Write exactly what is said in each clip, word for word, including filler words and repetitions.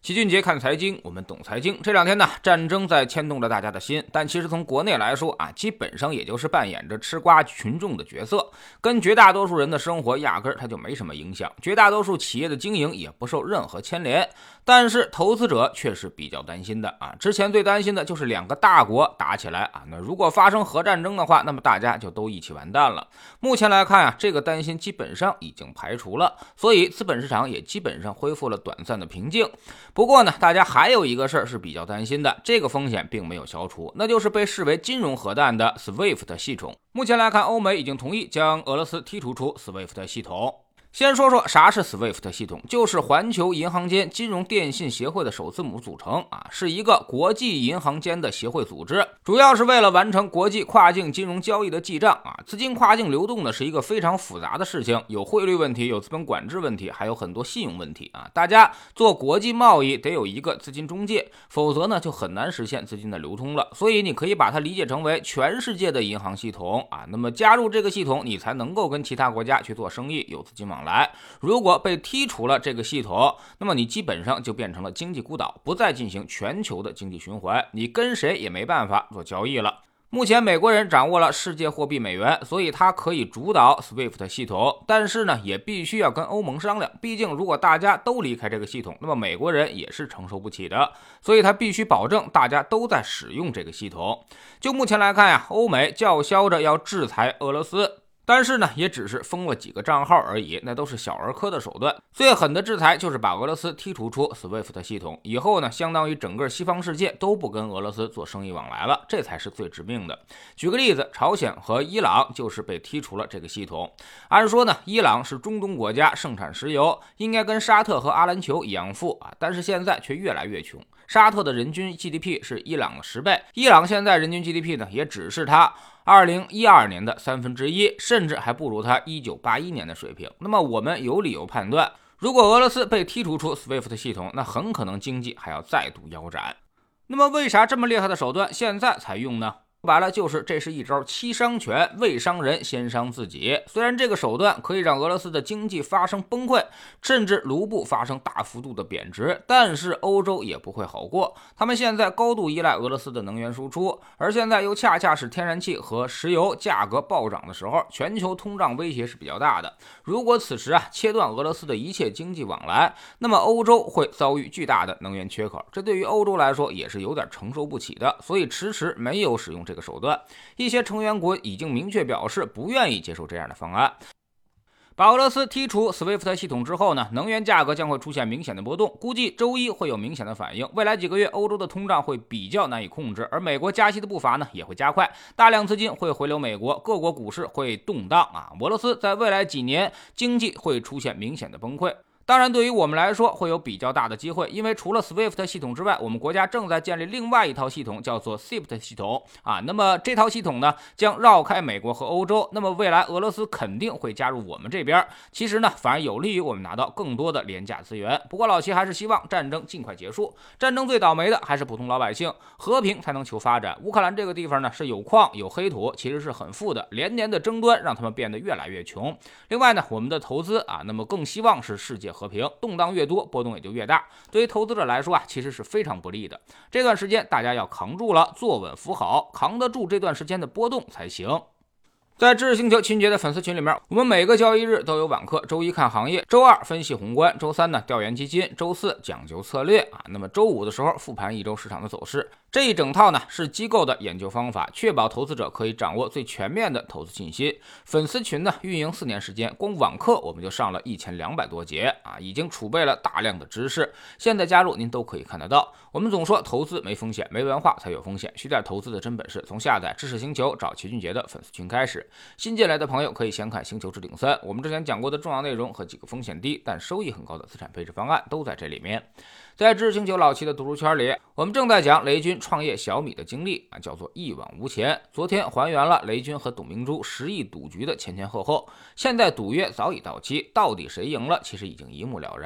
齐俊杰看财经，我们懂财经。这两天呢，战争在牵动着大家的心，但其实从国内来说啊，基本上也就是扮演着吃瓜群众的角色，跟绝大多数人的生活压根儿它就没什么影响，绝大多数企业的经营也不受任何牵连。但是投资者却是比较担心的啊，之前最担心的就是两个大国打起来啊，那如果发生核战争的话，那么大家就都一起完蛋了。目前来看啊，这个担心基本上已经排除了，所以资本市场也基本上恢复了短暂的平静。不过呢，大家还有一个事儿是比较担心的，这个风险并没有消除，那就是被视为金融核弹的 S W I F T 系统。目前来看，欧美已经同意将俄罗斯剔除出 S W I F T 系统。先说说啥是 S W I F T 系统，就是环球银行间金融电信协会的首字母组成啊，是一个国际银行间的协会组织，主要是为了完成国际跨境金融交易的记账啊。资金跨境流动呢是一个非常复杂的事情，有汇率问题，有资本管制问题，还有很多信用问题啊。大家做国际贸易得有一个资金中介，否则呢就很难实现资金的流通了。所以你可以把它理解成为全世界的银行系统啊。那么加入这个系统，你才能够跟其他国家去做生意，有资金往来。如果被剔除了这个系统，那么你基本上就变成了经济孤岛，不再进行全球的经济循环，你跟谁也没办法做交易了。目前美国人掌握了世界货币美元，所以他可以主导 S W I F T 系统，但是呢也必须要跟欧盟商量，毕竟如果大家都离开这个系统，那么美国人也是承受不起的，所以他必须保证大家都在使用这个系统。就目前来看呀，欧美叫嚣着要制裁俄罗斯，但是呢，也只是封了几个账号而已，那都是小儿科的手段。最狠的制裁就是把俄罗斯剔除出 S W I F T 系统，以后呢，相当于整个西方世界都不跟俄罗斯做生意往来了，这才是最致命的。举个例子，朝鲜和伊朗就是被剔除了这个系统。按说呢，伊朗是中东国家，盛产石油，应该跟沙特和阿联酋一样富啊，但是现在却越来越穷。沙特的人均 G D P 是伊朗的十倍，伊朗现在人均 G D P 呢，也只是它二零一二年的三分之一，甚至还不如它一九八一年的水平。那么我们有理由判断，如果俄罗斯被剔除出 S W I F T 系统，那很可能经济还要再度腰斩。那么为啥这么厉害的手段现在才用呢？说白了就是这是一招七伤拳，未伤人先伤自己。虽然这个手段可以让俄罗斯的经济发生崩溃，甚至卢布发生大幅度的贬值，但是欧洲也不会好过。他们现在高度依赖俄罗斯的能源输出，而现在又恰恰是天然气和石油价格暴涨的时候，全球通胀威胁是比较大的。如果此时啊切断俄罗斯的一切经济往来，那么欧洲会遭遇巨大的能源缺口，这对于欧洲来说也是有点承受不起的，所以迟迟没有使用这个手段。一些成员国已经明确表示不愿意接受这样的方案。把俄罗斯剔除 S W I F T 系统之后呢，能源价格将会出现明显的波动，估计周一会有明显的反应。未来几个月，欧洲的通胀会比较难以控制，而美国加息的步伐呢也会加快，大量资金会回流美国，各国股市会动荡啊。俄罗斯在未来几年经济会出现明显的崩溃。当然对于我们来说会有比较大的机会，因为除了 S W I F T 系统之外，我们国家正在建立另外一套系统，叫做 S I P T 系统啊。那么这套系统呢将绕开美国和欧洲，那么未来俄罗斯肯定会加入我们这边，其实呢反而有利于我们拿到更多的廉价资源。不过老齐还是希望战争尽快结束，战争最倒霉的还是普通老百姓，和平才能求发展。乌克兰这个地方呢是有矿有黑土，其实是很富的，连年的争端让他们变得越来越穷。另外呢，我们的投资啊，那么更希望是世界和平，动荡越多波动也就越大，对于投资者来说啊其实是非常不利的。这段时间大家要扛住了，坐稳扶好，扛得住这段时间的波动才行。在知识星球秦杰的粉丝群里面，我们每个交易日都有晚课，周一看行业，周二分析宏观，周三呢调研基金，周四讲究策略啊。那么周五的时候复盘一周市场的走势。这一整套呢是机构的研究方法，确保投资者可以掌握最全面的投资信息。粉丝群呢运营四年时间，光网课我们就上了一千两百多节啊，已经储备了大量的知识。现在加入您都可以看得到。我们总说投资没风险，没文化才有风险，学点投资的真本事，从下载知识星球找齐俊杰的粉丝群开始。新进来的朋友可以先看星球置顶三，我们之前讲过的重要内容和几个风险低但收益很高的资产配置方案都在这里面。在知识星球老齐的读书圈里，我们正在讲雷军创业小米的经历啊，叫做一往无前。昨天还原了雷军和董明珠十亿赌局的前前后后，现在赌约早已到期，到底谁赢了，其实已经一目了然。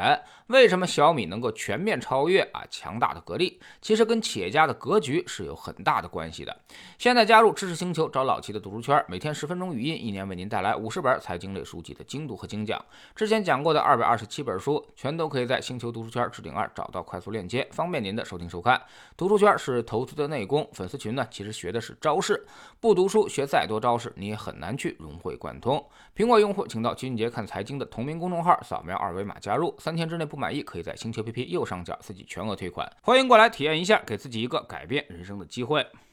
为什么小米能够全面超越啊强大的格力？其实跟企业家的格局是有很大的关系的。现在加入知识星球，找老齐的读书圈，每天十分钟语音，一年为您带来五十本财经类书籍的精读和精讲。之前讲过的二百二十七本书，全都可以在星球读书圈置顶二找到快速链接，方便您的收听收看。读书圈是投资的内功，粉丝群呢其实学的是招式，不读书学再多招式，你也很难去融会贯通。苹果用户请到君杰看财经的同名公众号，扫描二维码加入，三天之内不满意可以在星球 A P P 右上角自己全额退款。欢迎过来体验一下，给自己一个改变人生的机会。